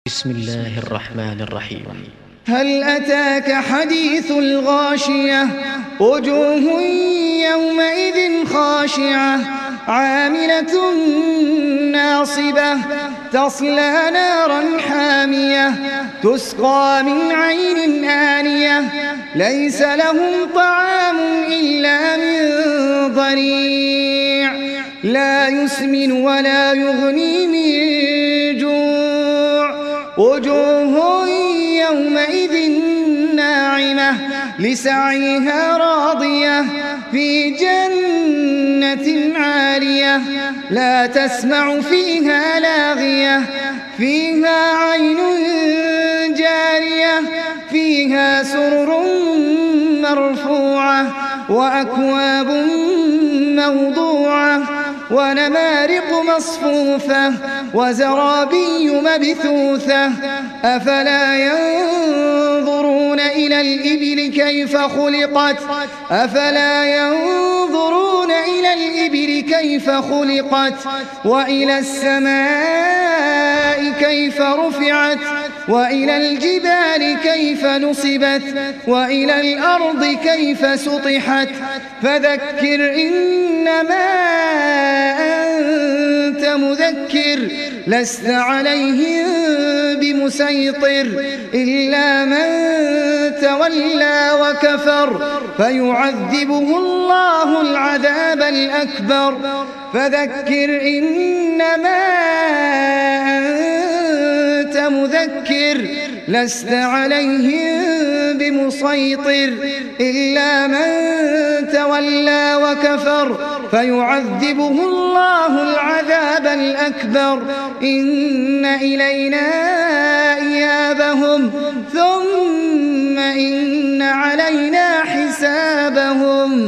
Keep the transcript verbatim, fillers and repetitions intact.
بسم الله الرحمن الرحيم. هل أتاك حديث الغاشية؟ وجوه يومئذ خاشعة عاملة ناصبة تصلى نارا حامية تسقى من عين آنية ليس لهم طعام إلا من ضريع لا يسمن ولا يغني من جوع. وجوه يومئذ ناعمة لسعيها راضية في جنة عالية لا تسمع فيها لاغية فيها عين جارية فيها سرر مرفوعة وأكواب موضوعة ونمارق مصفوفة وزرابي مبثوثة أفلا ينظرون إلى الإبل كيف خلقت أفلا ينظرون إلى الإبل كيف خلقت وإلى السماء كيف رفعت وإلى الجبال كيف نصبت وإلى الأرض كيف سطحت فذكر إنما أنت مذكر لست عليهم بمسيطر إلا من تولى وكفر فيعذبه الله العذاب الأكبر فذكر إنما أنت مذكر لست عليهم بمسيطر إلا من تولى وكفر فيعذبه الله العذاب الأكبر إن إلينا إيابهم ثم إن علينا حسابهم.